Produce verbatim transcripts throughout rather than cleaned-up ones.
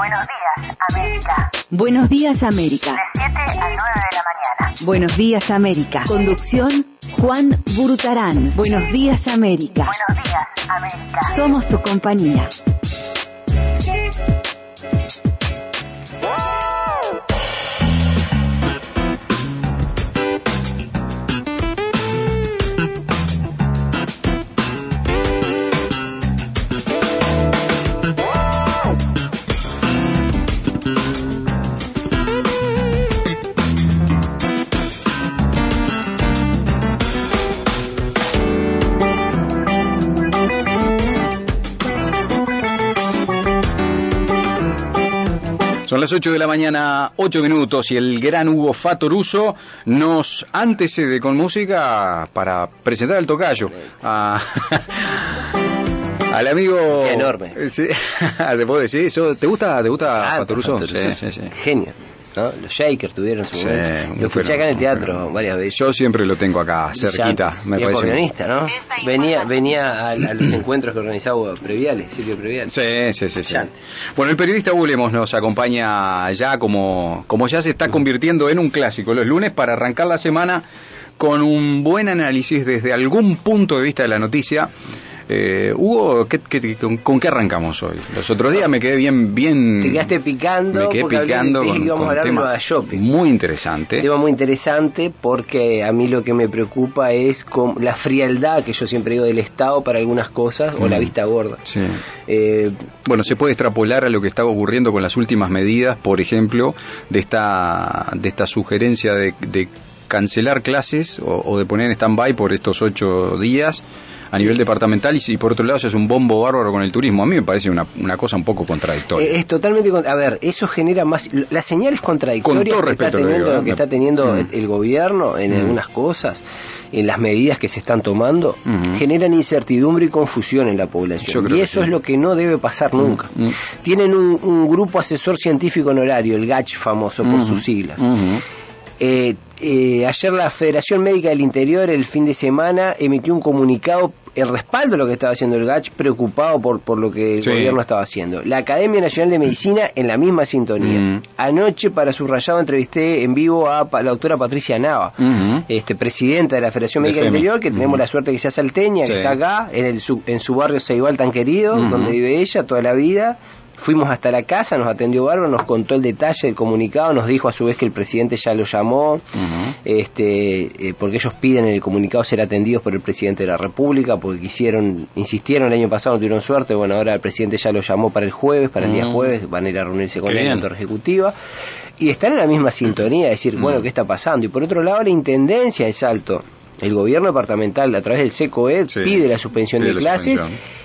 Buenos días, América. Buenos días, América. De siete a nueve de la mañana. Buenos días, América. Conducción, Juan Burutarán. Buenos días, América. Buenos días, América. Somos tu compañía. Son las ocho de la mañana, ocho minutos, y el gran Hugo Fatoruso nos antecede con música para presentar al tocayo. A, al amigo... Qué enorme. Sí, ¿te puedo decir eso? ¿Te gusta, te gusta Ah, Fatoruso? Fatoruso, Sí, sí, sí. Genio, ¿no? Los Shakers tuvieron su Sí, momento. muy Lo escuché bueno, acá en el muy teatro bueno. varias veces. Yo siempre lo tengo acá, cerquita. Me y parece. acordeonista, ¿no? Venía, venía a, a los encuentros que organizaba Previales, Silvio Previales. Sí, sí, sí, sí. Ya. Bueno, el periodista Hugo Lemos nos acompaña ya como, como ya se está convirtiendo en un clásico los lunes para arrancar la semana con un buen análisis desde algún punto de vista de la noticia. Eh, Hugo, ¿qué, qué, con, ¿con qué arrancamos hoy? Los otros días me quedé bien, bien. Te quedaste picando. Me quedé picando hablé, con, íbamos con a hablar tema de shopping. muy interesante. Tema muy interesante porque a mí lo que me preocupa es con la frialdad que yo siempre digo del Estado para algunas cosas mm. o la vista gorda. Sí. Eh, bueno, se puede extrapolar a lo que estaba ocurriendo con las últimas medidas, por ejemplo, de esta, de esta sugerencia de, de cancelar clases o, o de poner en stand-by por estos ocho días a nivel departamental, y, y por otro lado se hace un bombo bárbaro con el turismo. A mí me parece una, una cosa un poco contradictoria. Es, es totalmente, a ver, eso genera más, las señales contradictorias que está teniendo, digo, que está teniendo mm. el, el gobierno en mm. algunas cosas, en las medidas que se están tomando, mm. generan incertidumbre y confusión en la población. Y eso sí. es lo que no debe pasar nunca. Mm. Tienen un, un grupo asesor científico honorario, el G A C H famoso por mm. sus siglas. Mm. Eh, eh, ayer la Federación Médica del Interior el fin de semana emitió un comunicado en respaldo a lo que estaba haciendo el G A C H, preocupado por, por lo que el sí. gobierno estaba haciendo. La Academia Nacional de Medicina en la misma sintonía. Mm. Anoche, para Subrayado, entrevisté en vivo a la doctora Patricia Nava, mm-hmm. este, presidenta de la Federación Médica del Interior, que mm. tenemos la suerte que sea salteña, sí. que está acá, en, el, en su barrio Ceibal tan querido, mm-hmm. donde vive ella toda la vida. Fuimos hasta la casa, nos atendió bárbaro, nos contó el detalle del comunicado, nos dijo a su vez que el presidente ya lo llamó, uh-huh. este, eh, porque ellos piden en el comunicado ser atendidos por el presidente de la República, porque quisieron, insistieron el año pasado, no tuvieron suerte. Bueno, ahora el presidente ya lo llamó para el jueves, para el uh-huh. día jueves, van a ir a reunirse con él en la Torre Ejecutiva, y están en la misma sintonía, decir, uh-huh. bueno, ¿qué está pasando? Y por otro lado, la Intendencia de Salto, el gobierno departamental, a través del SECOED, sí. pide la suspensión pide de clases,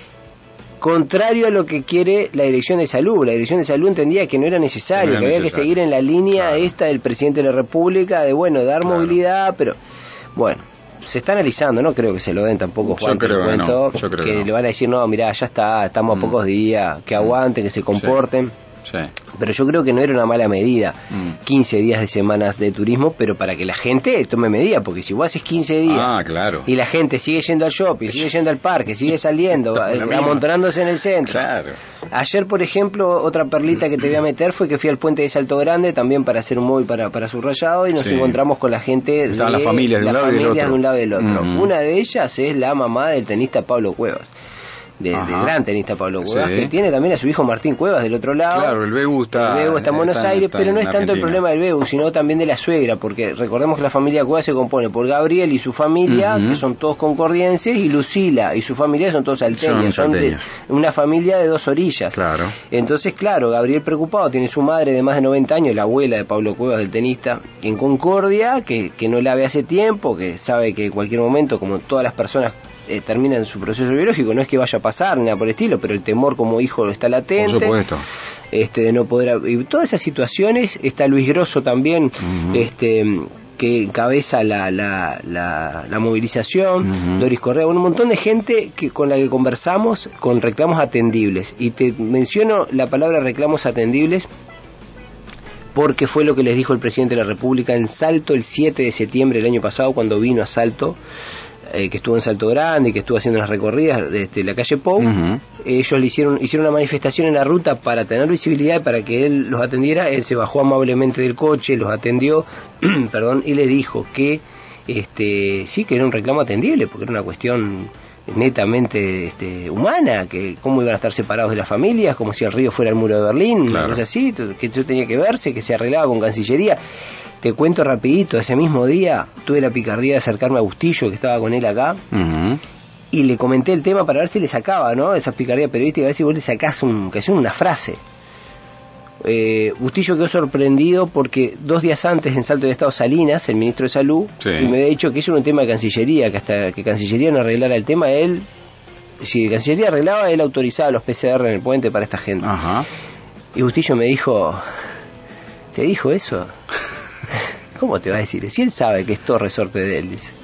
contrario a lo que quiere la Dirección de Salud. La Dirección de Salud entendía que no era necesario, no era que había necesario. que seguir en la línea claro. esta del presidente de la República, de bueno, dar claro. movilidad, pero bueno, se está analizando, no creo que se lo den tampoco, Juan, yo creo cuento, que, no. yo creo que, que no. le van a decir, no, mirá, ya está, estamos mm. a pocos días, que aguanten, que se comporten. Sí. Sí. Pero yo creo que no era una mala medida, mm. quince días de semanas de turismo, pero para que la gente tome medida, porque si vos haces quince días ah, claro. y la gente sigue yendo al shopping, sigue yendo al parque, sigue saliendo, amontonándose en el centro. Claro. Ayer, por ejemplo, otra perlita que te voy a meter fue que fui al puente de Salto Grande, también para hacer un móvil para, para Subrayado, y nos sí. encontramos con la gente de Estaban las familias de un, las lado, familias y del de un lado y del otro. Mm-hmm. Una de ellas es la mamá del tenista Pablo Cuevas. De, del gran tenista Pablo Cuevas, sí. que tiene también a su hijo Martín Cuevas del otro lado. Claro, el Bebu está, el Bebu está en Buenos está, Aires, está pero no es tanto Argentina. El problema del Bebu, sino también de la suegra, porque recordemos que la familia Cuevas se compone por Gabriel y su familia, uh-huh. que son todos concordienses, y Lucila y su familia son todos salteños, son, son de una familia de dos orillas. Claro. Entonces, claro, Gabriel preocupado, tiene su madre de más de noventa años, la abuela de Pablo Cuevas, del tenista, en Concordia, que, que no la ve hace tiempo, que sabe que en cualquier momento, como todas las personas Eh, terminan su proceso biológico, no es que vaya a pasar ni nada por el estilo, pero el temor como hijo está latente. Por supuesto. Este, de no poder, y todas esas situaciones. Está Luis Grosso también, uh-huh. este, que encabeza la, la, la, la movilización, uh-huh. Doris Correa, un montón de gente que, con la que conversamos con reclamos atendibles. Y te menciono la palabra reclamos atendibles porque fue lo que les dijo el presidente de la República en Salto el siete de septiembre del año pasado, cuando vino a Salto eh, que estuvo en Salto Grande y que estuvo haciendo las recorridas de este, la calle Pou, uh-huh. ellos le hicieron, hicieron una manifestación en la ruta para tener visibilidad y para que él los atendiera. Él se bajó amablemente del coche, los atendió, perdón, y le dijo que este, sí, que era un reclamo atendible, porque era una cuestión netamente este, humana, que cómo iban a estar separados de las familias, como si el río fuera el muro de Berlín, claro. Una cosa así, que eso tenía que verse, que se arreglaba con Cancillería. Te cuento rapidito, ese mismo día tuve la picardía de acercarme a Bustillo, que estaba con él acá, uh-huh. y le comenté el tema para ver si le sacaba, ¿no? Esa picardía periodística, a ver si vos le sacás un, que sea una frase. Eh, Bustillo quedó sorprendido porque dos días antes en Salto de Estado Salinas, el ministro de Salud, sí. y me había dicho que eso era un tema de Cancillería, que hasta que Cancillería no arreglara el tema, él, si Cancillería arreglaba, él autorizaba los P C R en el puente para esta gente. Ajá. Y Bustillo me dijo, ¿te dijo eso? ¿Cómo te va a decir? Si él sabe que es todo resorte de él, dice.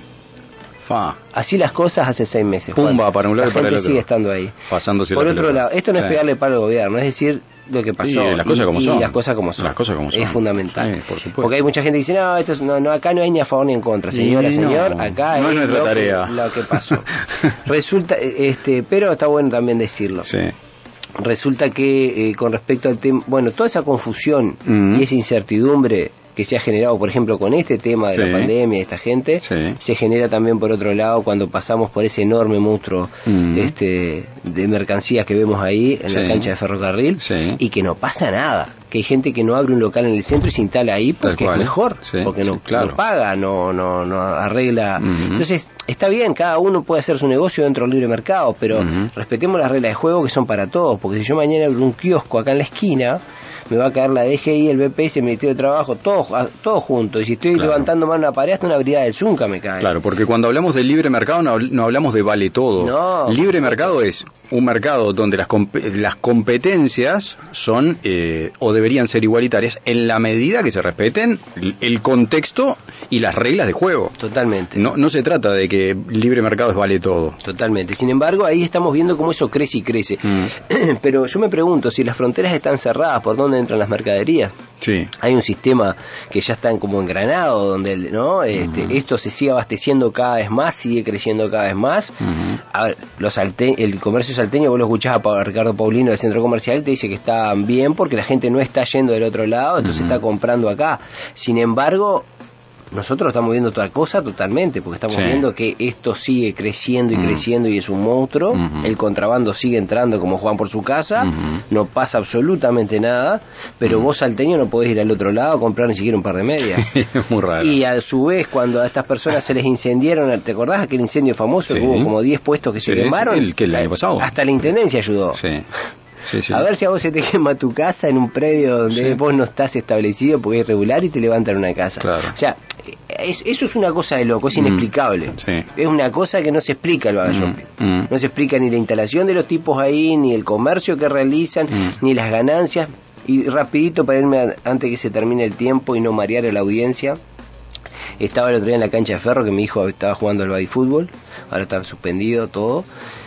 Fa. Así las cosas hace seis meses. Pumba, Juan. Para un lado y para el otro. Sigue estando ahí. Pasándose Por otro pelota. Lado, esto no sí. es pegarle palo al gobierno, es decir, lo que pasó. Sí, las cosas como son. Y las cosas como son. Las cosas como son. Es fundamental. Sí, por supuesto. Porque hay mucha gente que dice, no, esto es, no, no, acá no hay ni a favor ni en contra. Señora, sí, señor, no, acá no es, es nuestra lo, tarea. Que, lo que pasó. Resulta, este, pero está bueno también decirlo. Sí. Resulta que eh, con respecto al tema, bueno, toda esa confusión mm. y esa incertidumbre que se ha generado, por ejemplo, con este tema de sí. la pandemia, de esta gente, sí. se genera también por otro lado cuando pasamos por ese enorme monstruo mm. este, de mercancías que vemos ahí en sí. la cancha de ferrocarril sí. y que no pasa nada, que hay gente que no abre un local en el centro y se instala ahí porque es mejor, sí. porque no, sí, claro. no paga, no, no, no arregla. Mm-hmm. Entonces, está bien, cada uno puede hacer su negocio dentro del libre mercado, pero mm-hmm. respetemos las reglas de juego que son para todos, porque si yo mañana abro un kiosco acá en la esquina, me va a caer la D G I, el B P S, el Ministerio de Trabajo, todos todo juntos. Y si estoy claro. levantando mano a una pared, hasta una brigada del Zunca me cae. Claro, porque cuando hablamos del libre mercado no, no hablamos de vale todo. No, libre mercado es un mercado donde las, comp las competencias son eh, o deberían ser igualitarias en la medida que se respeten el contexto y las reglas de juego. Totalmente. No, no se trata de que libre mercado es vale todo. Totalmente. Sin embargo, ahí estamos viendo cómo eso crece y crece. Mm. Pero yo me pregunto, si las fronteras están cerradas, ¿por dónde entran las mercaderías? Sí. Hay un sistema que ya está como engranado, donde no este, uh-huh. esto se sigue abasteciendo cada vez más, sigue creciendo cada vez más. Uh-huh. A ver, los salte el comercio salteño, vos lo escuchás a Ricardo Paulino del Centro Comercial, te dice que está bien porque la gente no está yendo del otro lado, entonces uh-huh. está comprando acá. Sin embargo, nosotros estamos viendo otra cosa totalmente, porque estamos sí. viendo que esto sigue creciendo y uh-huh. creciendo y es un monstruo, uh-huh. el contrabando sigue entrando como Juan por su casa, uh-huh. no pasa absolutamente nada, pero uh-huh. vos salteño no podés ir al otro lado a comprar ni siquiera un par de medias. Es muy raro. Y a su vez, cuando a estas personas se les incendiaron, ¿te acordás aquel incendio famoso? Sí. Que hubo como diez puestos que sí. se quemaron. ¿El que el año pasado? Hasta la intendencia ayudó. Sí. Sí, sí. A ver si a vos se te quema tu casa en un predio donde sí. vos no estás establecido porque es irregular y te levantan una casa. Claro. O sea, es, eso es una cosa de loco, es inexplicable. Mm, sí. Es una cosa que no se explica el bagallón. Mm, mm. No se explica ni la instalación de los tipos ahí, ni el comercio que realizan, mm. ni las ganancias. Y rapidito para irme a, antes que se termine el tiempo y no marear a la audiencia. Estaba el otro día en la cancha de Ferro que mi hijo estaba jugando al baby fútbol, ahora está suspendido todo.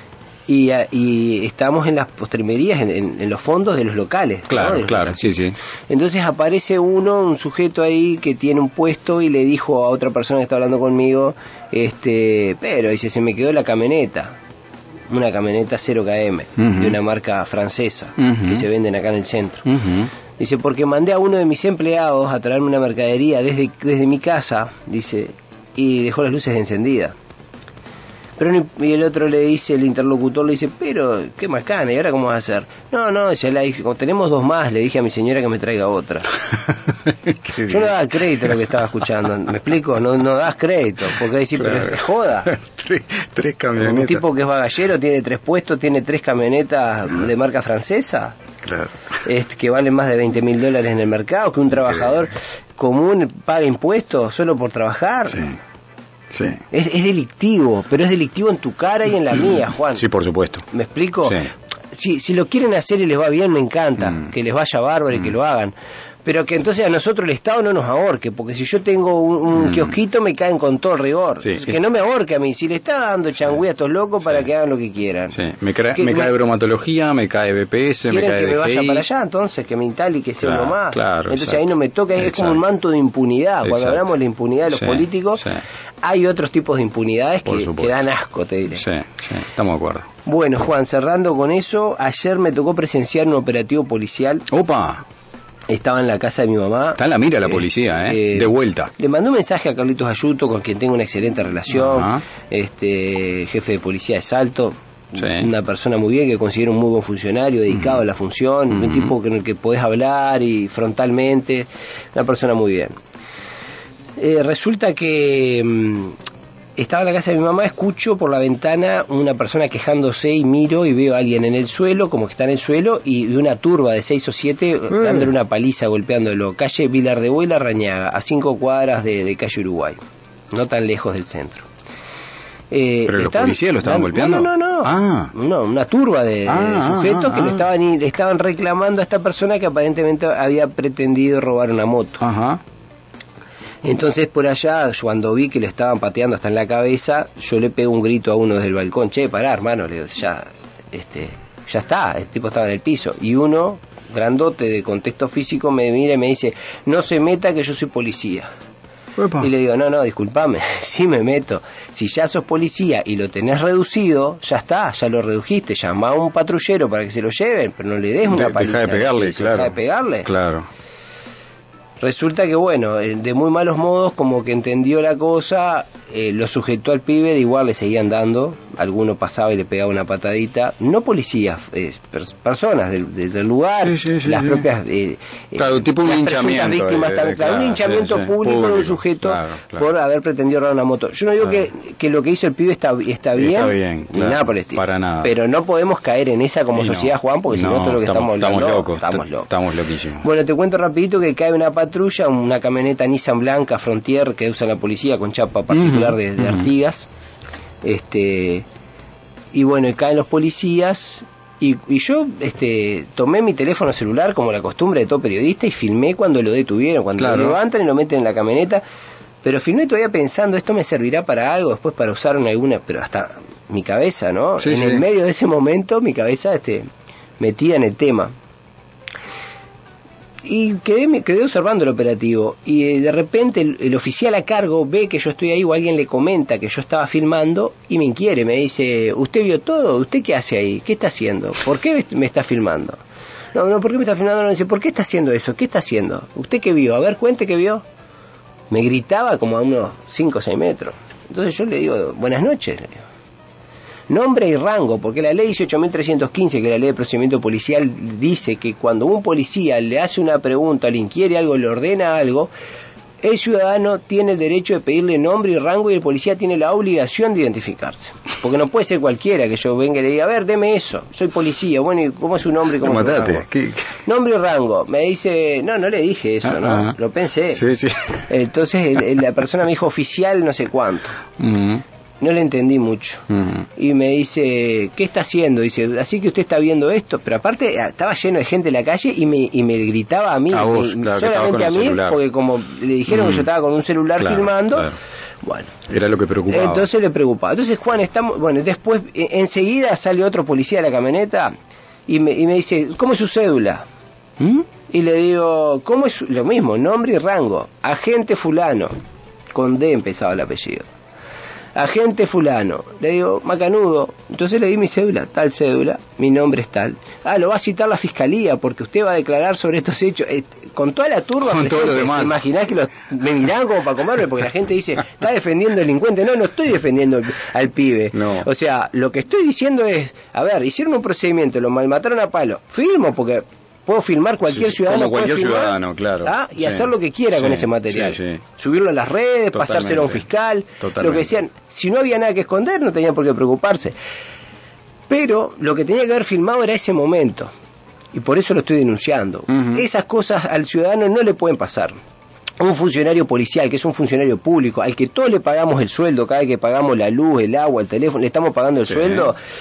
Y, y estamos en las postrimerías, en, en, en los fondos de los locales. Claro, ¿no? claro, sí, sí. Entonces aparece uno, un sujeto ahí que tiene un puesto y le dijo a otra persona que está hablando conmigo, este, pero dice, se me quedó la camioneta, una camioneta cero kilómetros, uh-huh. de una marca francesa, uh-huh. que se venden acá en el centro. Uh-huh. Dice, porque mandé a uno de mis empleados a traerme una mercadería desde, desde mi casa, dice, y dejó las luces encendidas. Pero y el otro le dice, el interlocutor le dice, pero qué macana, ¿y ahora cómo vas a hacer? No, no, ya la dije, como tenemos dos más, le dije a mi señora que me traiga otra. Yo no daba crédito a lo que estaba escuchando, ¿me explico? No, no das crédito, porque decir, claro. pero es joda. tres, tres camionetas. Un tipo que es bagallero, tiene tres puestos, tiene tres camionetas claro. de marca francesa, claro. este, que valen más de veinte mil dólares en el mercado, que un trabajador común paga impuestos solo por trabajar. Sí. Sí. Es, es delictivo, pero es delictivo en tu cara y en la mía, Juan. Sí, por supuesto. ¿Me explico? Sí. si, si lo quieren hacer y les va bien, me encanta, mm. que les vaya bárbaro y mm. que lo hagan. Pero que entonces a nosotros el Estado no nos ahorque, porque si yo tengo un, un mm. kiosquito me caen con todo el rigor. Sí, que es... no me ahorque a mí, si le está dando changüí a estos locos para sí. que hagan lo que quieran. Sí. Me, cre... me, me cae bromatología, me cae B P S, me cae que me D G I. vaya para allá, entonces que me instale y que sea claro, uno más. Claro, entonces exacto. ahí no me toca, es exacto. como un manto de impunidad. Cuando exacto. hablamos de la impunidad de los sí, políticos, sí. hay otros tipos de impunidades que, que dan asco, te diré. Sí, sí, estamos de acuerdo. Bueno, Juan, cerrando con eso, ayer me tocó presenciar un operativo policial. ¡Opa! Estaba en la casa de mi mamá. Está en la mira la policía, ¿eh? eh de vuelta. Le mandé un mensaje a Carlitos Ayuto, con quien tengo una excelente relación. Ajá. Este jefe de policía de Salto. Sí. Una persona muy bien, que considero un muy buen funcionario, dedicado uh-huh. a la función. Uh-huh. Un tipo con el que podés hablar y frontalmente. Una persona muy bien. Eh, resulta que... Mmm, estaba en la casa de mi mamá, escucho por la ventana una persona quejándose y miro y veo a alguien en el suelo, como que está en el suelo, y una turba de seis o siete mm. dándole una paliza, golpeándolo. Calle Vilar de Buey, La Rañaga, a cinco cuadras de, de calle Uruguay, no tan lejos del centro. Eh, ¿Pero los policías lo estaban dan, golpeando? No, no, no, ah. no una turba de, ah, de sujetos ah, ah, que le estaban, le estaban reclamando a esta persona que aparentemente había pretendido robar una moto. Ajá. Entonces por allá, cuando vi que le estaban pateando hasta en la cabeza, yo le pego un grito a uno desde el balcón: che, pará, hermano, le digo, ya, este, ya está, el tipo estaba en el piso. Y uno, grandote de contexto físico, me mira y me dice: no se meta, que yo soy policía. Epa. Y le digo: no, no, disculpame, sí me meto. Si ya sos policía y lo tenés reducido, ya está, ya lo redujiste, llama a un patrullero para que se lo lleven, pero no le des una de, paliza. Deja de pegarle, claro. Deja de pegarle. Claro. Resulta que, bueno, de muy malos modos, como que entendió la cosa, eh, lo sujetó al pibe, de igual le seguían dando, alguno pasaba y le pegaba una patadita, no policías, eh, pers- personas del, del lugar, sí, sí, sí, las sí. propias... Eh, claro, tipo un hinchamiento. Víctimas, eh, también, claro, un hinchamiento sí, sí, público, público de un sujeto claro, claro. por haber pretendido robar una moto. Yo no digo claro. que, que lo que hizo el pibe está, está bien, está bien claro, ni nada por el estilo, para nada. Pero no podemos caer en esa como y sociedad, no, Juan, porque no, si no, todo lo que estamos, estamos hablando... Estamos locos, estamos locos. Estamos loquísimos. Bueno, te cuento rapidito que cae una patrulla, una camioneta Nissan blanca Frontier que usa la policía con chapa particular uh-huh, de, de uh-huh. Artigas, este y bueno, y caen los policías y, y yo este tomé mi teléfono celular como la costumbre de todo periodista y filmé cuando lo detuvieron, cuando claro. lo levantan y lo meten en la camioneta, pero filmé todavía pensando, esto me servirá para algo después para usar en alguna, pero hasta mi cabeza, ¿no? Sí, en sí. el medio de ese momento mi cabeza este metida en el tema. Y quedé, quedé observando el operativo y eh, de repente el, el oficial a cargo ve que yo estoy ahí o alguien le comenta que yo estaba filmando y me inquiere, me dice: ¿usted vio todo? ¿Usted qué hace ahí? ¿Qué está haciendo? ¿Por qué me está filmando? No, no, ¿por qué me está filmando? No, dice: ¿por qué está haciendo eso? ¿Qué está haciendo? ¿Usted qué vio? A ver, cuente qué vio. Me gritaba como a unos cinco o seis metros. Entonces yo le digo: buenas noches, le digo. Nombre y rango, porque la ley dieciocho mil trescientos quince, que es la ley de procedimiento policial, dice que cuando un policía le hace una pregunta, le inquiere algo, le ordena algo, el ciudadano tiene el derecho de pedirle nombre y rango y el policía tiene la obligación de identificarse. Porque no puede ser cualquiera que yo venga y le diga: a ver, deme eso, soy policía. Bueno, ¿y cómo es su nombre y cómo es su rango? ¿Qué? Nombre y rango. Me dice: no, no le dije eso, ah, ¿no? Ah. Lo pensé. Sí, sí. Entonces el, el, la persona me dijo: oficial no sé cuánto. Uh-huh. No le entendí mucho. Uh-huh. Y me dice: ¿qué está haciendo? Dice: así que usted está viendo esto. Pero aparte estaba lleno de gente en la calle y me, y me gritaba a mí, a vos, y, claro, solamente a mí, celular. Porque como le dijeron uh-huh. que yo estaba con un celular claro, filmando, claro. bueno. Era lo que preocupaba. Entonces le preocupaba. Entonces, Juan, estamos, bueno, después enseguida sale otro policía de la camioneta y me, y me dice: ¿cómo es su cédula? ¿Mm? Y le digo: ¿cómo es su? Lo mismo, nombre y rango. Agente fulano. Con D empezaba el apellido. Agente fulano. Le digo: macanudo. Entonces le di mi cédula, tal cédula, mi nombre es tal. Ah, lo va a citar la fiscalía porque usted va a declarar sobre estos hechos. Eh, con toda la turba con todo lo demás. Imaginás que los, me miraban como para comerme, porque la gente dice: está defendiendo al delincuente. No, no estoy defendiendo al, al pibe. No. O sea, lo que estoy diciendo es: a ver, hicieron un procedimiento, lo malmataron a palo. Filmo porque puedo filmar, cualquier sí, sí, ciudadano como cualquier puede filmar, ciudadano, claro. ¿ah? Y sí, hacer lo que quiera sí, con ese material. Sí, sí. Subirlo a las redes, totalmente, pasárselo a un fiscal. Totalmente. Lo que decían, si no había nada que esconder, no tenía por qué preocuparse. Pero lo que tenía que haber filmado era ese momento. Y por eso lo estoy denunciando. Uh-huh. Esas cosas al ciudadano no le pueden pasar. Un funcionario policial, que es un funcionario público, al que todos le pagamos el sueldo, cada vez que pagamos la luz, el agua, el teléfono, le estamos pagando el sí. sueldo.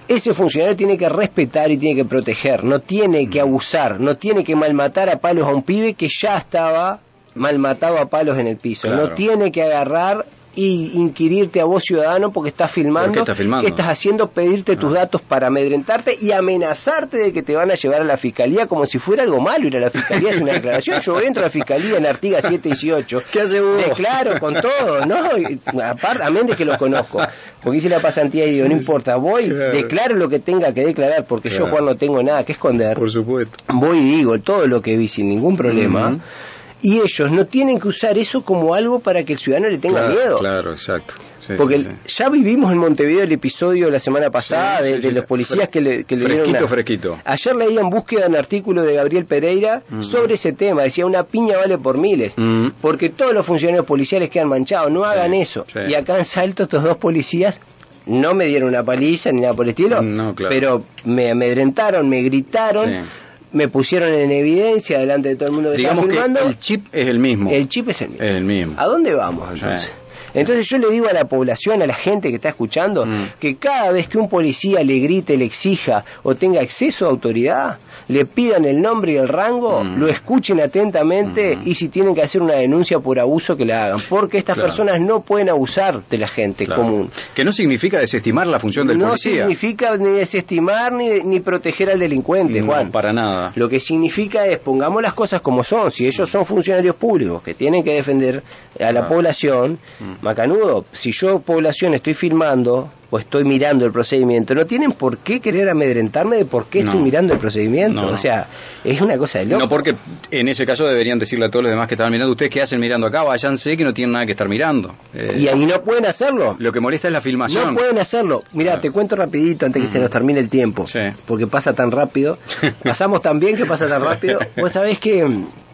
ese funcionario tiene que respetar y tiene que proteger, no tiene que abusar, no tiene que malmatar a palos a un pibe que ya estaba malmatado a palos en el piso, claro. No tiene que agarrar y inquirirte a vos, ciudadano, porque estás filmando. ¿Por qué estás filmando? ¿Qué estás haciendo? Pedirte tus ah. datos para amedrentarte y amenazarte de que te van a llevar a la fiscalía como si fuera algo malo ir a la fiscalía. Es una declaración. Yo entro a la fiscalía en Artigas siete dieciocho. ¿Qué hace vos? Declaro con todo, ¿no? Y, aparte, a menos de que lo conozco. Porque hice la pasantía y digo, no importa, voy, claro. declaro lo que tenga que declarar, porque claro. yo, Juan, no tengo nada que esconder. Por supuesto. Voy y digo todo lo que vi sin ningún problema. Uh-huh. Y ellos no tienen que usar eso como algo para que el ciudadano le tenga claro, miedo. Claro, exacto. Sí, Porque sí, sí. ya vivimos en Montevideo el episodio la semana pasada sí, sí, de, de sí, los policías fre- que le, que le fresquito, dieron una... fresquito. Ayer leía en búsqueda un artículo de Gabriel Pereira uh-huh. sobre ese tema. Decía, una piña vale por miles. Uh-huh. Porque todos los funcionarios policiales quedan manchados. No hagan sí, eso. Sí. Y acá en Salto estos dos policías no me dieron una paliza ni nada por el estilo, no, claro. pero me amedrentaron, me gritaron... Sí. Me pusieron en evidencia delante de todo el mundo que Digamos estaba filmando. Que el chip es el mismo. El chip es el mismo. Es el mismo. ¿A dónde vamos entonces? Sí. Entonces yo le digo a la población, a la gente que está escuchando, mm. que cada vez que un policía le grite, le exija o tenga acceso a autoridad, le pidan el nombre y el rango, mm. lo escuchen atentamente mm. y si tienen que hacer una denuncia por abuso, que la hagan. Porque estas claro. personas no pueden abusar de la gente claro. común. Que no significa desestimar la función del no policía. No significa ni desestimar ni, ni proteger al delincuente, no, Juan. Para nada. Lo que significa es, pongamos las cosas como son. Si ellos son funcionarios públicos que tienen que defender a la ah. población, mm. macanudo, si yo, población, estoy filmando o estoy mirando el procedimiento, no tienen por qué querer amedrentarme de por qué no. estoy mirando el procedimiento. No. O sea, es una cosa de loco. No, porque en ese caso deberían decirle a todos los demás que estaban mirando, ustedes qué hacen mirando acá, váyanse que no tienen nada que estar mirando. Eh, y ahí no pueden hacerlo. Lo que molesta es la filmación. No pueden hacerlo. Mirá, claro. te cuento rapidito antes que uh-huh. se nos termine el tiempo, sí. porque pasa tan rápido. Pasamos tan bien que pasa tan rápido. Vos sabés que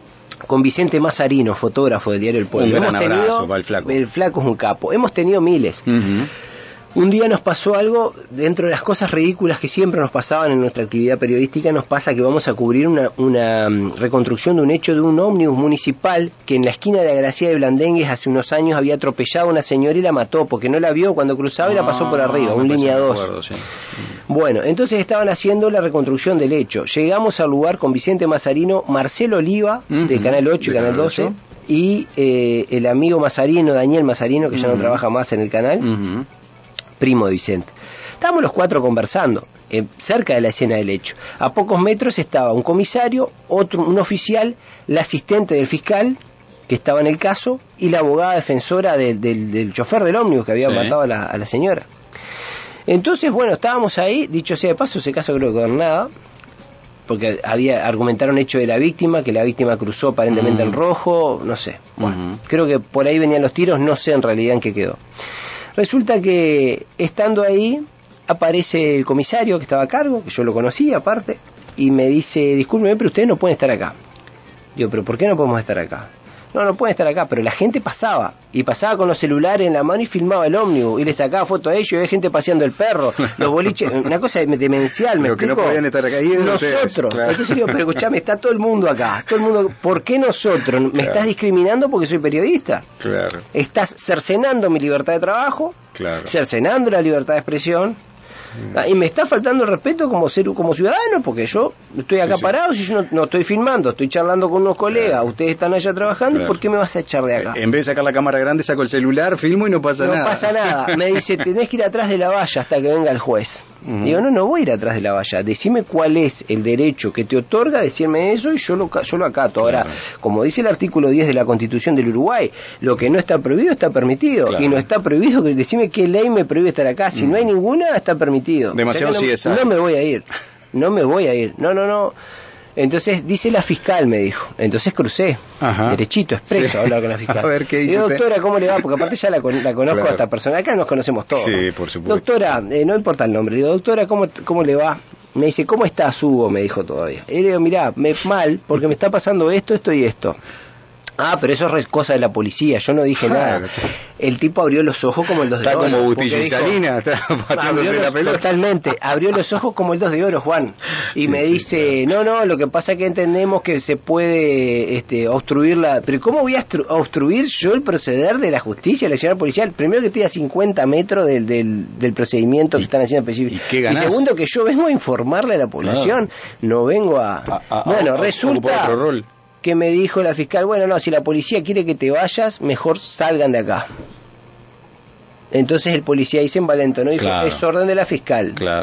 con Vicente Mazarino, fotógrafo del diario El Pueblo, un gran hemos tenido, abrazo para el flaco. El flaco es un capo. Hemos tenido miles. Uh-huh. Un día nos pasó algo, dentro de las cosas ridículas que siempre nos pasaban en nuestra actividad periodística, nos pasa que vamos a cubrir una, una reconstrucción de un hecho de un ómnibus municipal que en la esquina de Agracia de Blandengues hace unos años había atropellado a una señora y la mató porque no la vio cuando cruzaba no, y la pasó por arriba, un línea dos. Sí. Bueno, entonces estaban haciendo la reconstrucción del hecho. Llegamos al lugar con Vicente Mazarino, Marcelo Oliva, uh-huh, de Canal ocho y Canal doce, y eh, el amigo Mazarino, Daniel Mazarino, que uh-huh. ya no trabaja más en el canal, uh-huh. primo de Vicente. Estábamos los cuatro conversando, eh, cerca de la escena del hecho. A pocos metros estaba un comisario, otro, un oficial, la asistente del fiscal, que estaba en el caso, y la abogada defensora de, de, del, del chofer del ómnibus que había sí. matado a la, a la señora. Entonces, bueno, estábamos ahí, dicho sea de paso, ese caso creo que con nada, porque había argumentaron hecho de la víctima, que la víctima cruzó aparentemente uh-huh. en rojo, no sé. Bueno, uh-huh. creo que por ahí venían los tiros, no sé en realidad en qué quedó. Resulta que estando ahí aparece el comisario que estaba a cargo, que yo lo conocía aparte, y me dice, discúlpeme, pero ustedes no pueden estar acá. Digo, pero ¿por qué no podemos estar acá? No, no pueden estar acá, pero la gente pasaba, y pasaba con los celulares en la mano y filmaba el ómnibus, y le sacaba fotos a ellos, y había gente paseando el perro, los boliches, una cosa demencial, me pero explico. Que no podían estar acá. ¿Y nosotros, ustedes? Claro. Entonces digo, pero escuchame, está todo el mundo acá, todo el mundo, ¿por qué nosotros? ¿Me claro. estás discriminando porque soy periodista? Claro. Estás cercenando mi libertad de trabajo, claro. cercenando la libertad de expresión, Ah, y me está faltando el respeto como ser como ciudadano, porque yo estoy acá sí, sí. parado, si yo no, no estoy filmando, estoy charlando con unos colegas, claro. ustedes están allá trabajando, claro. ¿y por qué me vas a echar de acá? En vez de sacar la cámara grande, saco el celular, filmo y no pasa no nada. No pasa nada. Me dice, tenés que ir atrás de la valla hasta que venga el juez. Uh-huh. Digo, no, no voy a ir atrás de la valla. Decime cuál es el derecho que te otorga, decirme eso y yo lo, yo lo acato. Ahora, claro. como dice el artículo diez de la Constitución del Uruguay, lo que no está prohibido está permitido. Claro. Y no está prohibido, que decime qué ley me prohíbe estar acá. Si uh-huh. no hay ninguna, está permitido. Demasiado. O sea, no, no me voy a ir, no me voy a ir, no, no, no. Entonces dice la fiscal, me dijo. Entonces crucé, Ajá. derechito, expreso, sí. a hablar con la fiscal. A ver, ¿qué dice? Y doctora, ¿cómo le va? Porque aparte ya la, la conozco claro. a esta persona. Acá nos conocemos todos. Sí, ¿no? por supuesto. Doctora, eh, no importa el nombre. Le digo, doctora, ¿cómo, ¿cómo le va? Me dice, ¿cómo estás, Hugo? Me dijo todavía. Y le digo, mirá, me, mal, porque me está pasando esto, esto y esto. Ah, pero eso es cosa de la policía, yo no dije nada. El tipo abrió los ojos como el dos de oro. Está como Bustillo y Salina, está pateándose la pelota. Totalmente, abrió los ojos como el dos de oro, Juan. Y sí, me sí, dice, claro. no, no, lo que pasa es que entendemos que se puede este, obstruir la... Pero ¿cómo voy a obstruir yo el proceder de la justicia, el accionar policial? Primero que estoy a cincuenta metros del, del, del procedimiento que están haciendo específico. ¿Y, y segundo que yo vengo a informarle a la población, claro. no vengo a... a, a bueno, a, a, resulta... Otro rol. Que me dijo la fiscal, bueno, no, si la policía quiere que te vayas, mejor salgan de acá. Entonces el policía ahí se envalentonó y dijo, claro. es orden de la fiscal. Claro.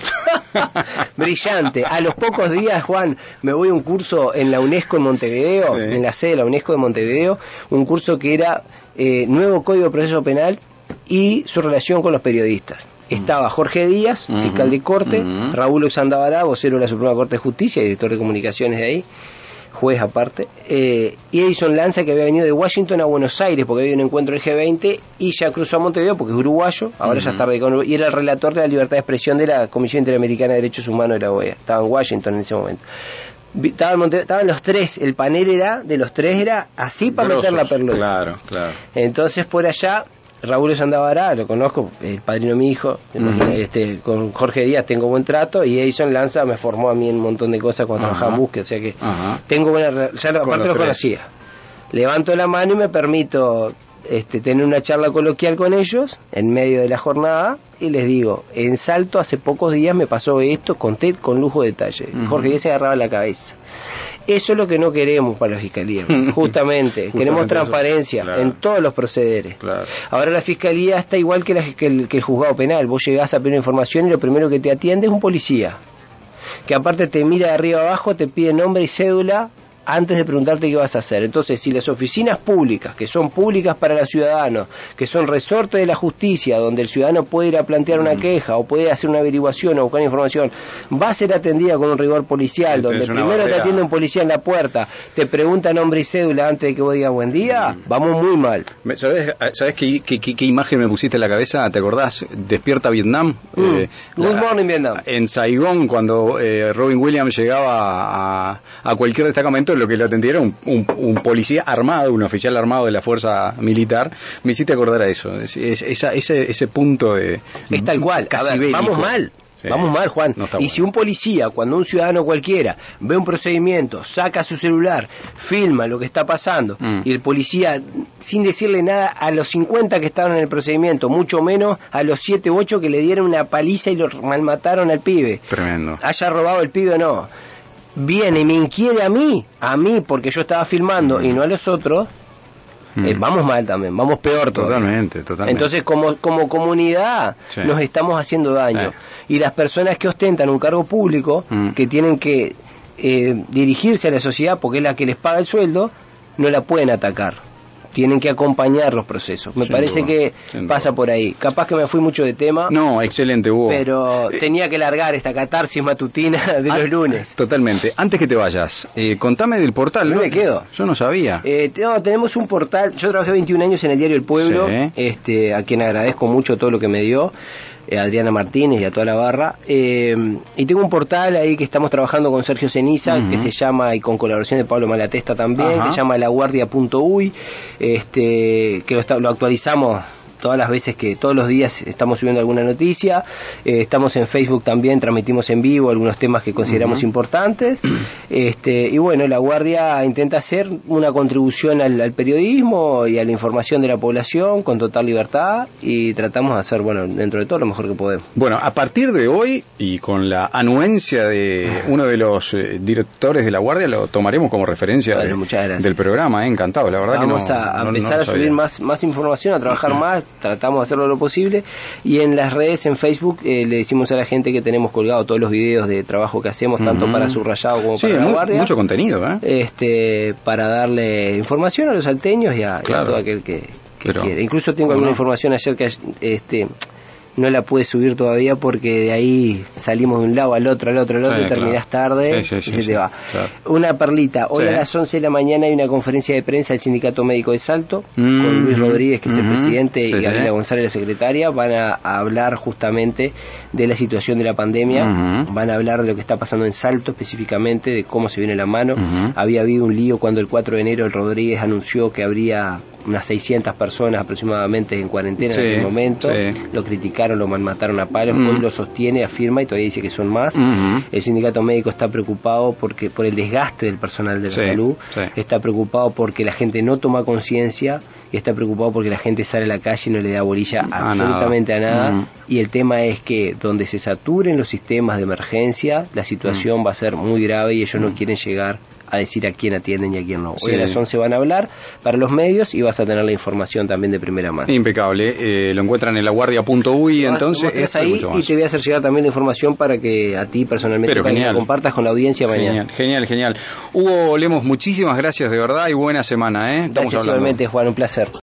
Brillante. A los pocos días, Juan, me voy a un curso en la UNESCO en Montevideo, sí. en la sede de la UNESCO de Montevideo, un curso que era eh, Nuevo Código de Proceso Penal y su relación con los periodistas. Estaba Jorge Díaz, uh-huh. fiscal de corte, uh-huh. Raúl Oxandabará, vocero de la Suprema Corte de Justicia, director de comunicaciones de ahí, juez aparte, eh, y Edison Lanza, que había venido de Washington a Buenos Aires porque había un encuentro del G veinte y ya cruzó a Montevideo porque es uruguayo, ahora uh-huh. ya está radicado y era el relator de la libertad de expresión de la Comisión Interamericana de Derechos Humanos de la O E A. Estaba en Washington en ese momento. Estaban, Monte... Estaban los tres, el panel era de los tres era así para meter la perlota. Claro, claro. Entonces por allá Raúl Oxandabará, lo conozco, el padrino de mi hijo, uh-huh. este, con Jorge Díaz tengo buen trato y Edison Lanza me formó a mí en un montón de cosas cuando uh-huh. trabajaba en búsqueda, o sea que uh-huh. tengo buena, ya lo, aparte lo conocía. Levanto la mano y me permito este, tener una charla coloquial con ellos en medio de la jornada y les digo, en Salto hace pocos días me pasó esto, conté con lujo de detalle. Uh-huh. Jorge Díaz se agarraba la cabeza. Eso es lo que no queremos para la Fiscalía, justamente. Justamente queremos transparencia claro. en todos los procederes. Claro. Ahora la Fiscalía está igual que, la, que, el, que el juzgado penal. Vos llegás a pedir información y lo primero que te atiende es un policía, que aparte te mira de arriba abajo, te pide nombre y cédula antes de preguntarte qué vas a hacer. Entonces, si las oficinas públicas, que son públicas para los ciudadanos, que son resorte de la justicia, donde el ciudadano puede ir a plantear una queja o puede hacer una averiguación o buscar información, va a ser atendida con un rigor policial, donde primero barrera. Te atiende un policía en la puerta, te pregunta nombre y cédula antes de que vos digas buen día, mm. vamos muy mal. ¿Sabés, ¿sabés qué, qué, qué, qué imagen me pusiste en la cabeza? ¿Te acordás? Despierta Vietnam. Mm. Eh, Good la, morning Vietnam. En Saigón, cuando eh, Robin Williams llegaba a, a cualquier destacamento, lo que lo atendía era un, un, un policía armado, un oficial armado de la fuerza militar. Me hiciste acordar a eso, es, es, esa, ese, ese punto de... Es tal cual, a ver, vamos mal. Sí, vamos mal, Juan. No y bueno. Si un policía, cuando un ciudadano cualquiera ve un procedimiento, saca su celular, filma lo que está pasando, mm. y el policía, sin decirle nada a los cincuenta que estaban en el procedimiento, mucho menos a los siete u ocho que le dieron una paliza y lo malmataron al pibe. Tremendo. Haya robado el pibe o no. Viene y me inquiere a mí, a mí, porque yo estaba filmando mm. y no a los otros. Eh, vamos mal también, vamos peor todavía. Totalmente, totalmente. Entonces, como, como comunidad, sí. nos estamos haciendo daño. Sí. Y las personas que ostentan un cargo público, mm. que tienen que eh, dirigirse a la sociedad porque es la que les paga el sueldo, no la pueden atacar. Tienen que acompañar los procesos. Me sin parece duda, que pasa duda. Por ahí. Capaz que me fui mucho de tema. No, excelente, Hugo. Pero eh, tenía que largar esta catarsis matutina de ah, los lunes. Totalmente. Antes que te vayas, eh, contame del portal. No me quedo. Yo no sabía. Eh, no, tenemos un portal. Yo trabajé veintiún años en el diario El Pueblo, sí. este, a quien agradezco mucho todo lo que me dio. Adriana Martínez y a toda la barra, eh, y tengo un portal ahí que estamos trabajando con Sergio Ceniza, uh-huh. que se llama, y con colaboración de Pablo Malatesta también, uh-huh. que se llama laguardia punto uy, este, que lo, está, lo actualizamos todas las veces que, todos los días estamos subiendo alguna noticia, eh, estamos en Facebook también, transmitimos en vivo algunos temas que consideramos uh-huh. importantes, este, y bueno, La Guardia intenta hacer una contribución al, al periodismo y a la información de la población con total libertad, y tratamos de hacer, bueno, dentro de todo lo mejor que podemos. Bueno, a partir de hoy, y con la anuencia de uno de los eh, directores de La Guardia, lo tomaremos como referencia bueno, de, muchas gracias. Del programa, eh, encantado, la verdad. Vamos que no, a, a no, empezar no a subir más, más información, a trabajar más, tratamos de hacerlo lo posible, y en las redes, en Facebook, eh, le decimos a la gente que tenemos colgado todos los videos de trabajo que hacemos, tanto uh-huh. para Subrayado como sí, para La mu- Guardia. Mucho contenido, ¿eh? Este, para darle información a los salteños y a, claro. y a todo aquel que, que quiere. Incluso tengo alguna no? información ayer que este no la pude subir todavía porque de ahí salimos de un lado al otro, al otro, al otro, sí, y terminás claro. tarde sí, sí, sí, y se sí, te va. Claro. Una perlita, hoy sí. a las once de la mañana hay una conferencia de prensa del Sindicato Médico de Salto, mm, con Luis Rodríguez, que mm, es el presidente, sí, y Gabriela sí. González, la secretaria, van a, a hablar justamente de la situación de la pandemia, mm-hmm. van a hablar de lo que está pasando en Salto específicamente, de cómo se viene la mano. Mm-hmm. Había habido un lío cuando el cuatro de enero el Rodríguez anunció que habría unas seiscientas personas aproximadamente en cuarentena sí, en aquel momento, sí. lo criticaron, lo mataron a palos, mm. hoy lo sostiene, afirma y todavía dice que son más. Mm-hmm. El sindicato médico está preocupado porque por el desgaste del personal de la sí, salud, sí. está preocupado porque la gente no toma conciencia y está preocupado porque la gente sale a la calle y no le da bolilla a absolutamente nada. a nada, mm. y el tema es que donde se saturen los sistemas de emergencia, la situación mm. va a ser muy grave y ellos mm. no quieren llegar a decir a quién atienden y a quién no. Hoy sí. a las once van a hablar para los medios y vas a tener la información también de primera mano. Impecable. Eh, lo encuentran en laguardia punto u y entonces esto ahí y te voy a hacer llegar también la información para que a ti personalmente la compartas con la audiencia mañana. Genial, genial, genial. Hugo Lemos, muchísimas gracias de verdad y buena semana. ¿eh? Estamos gracias igualmente, Juan, un placer.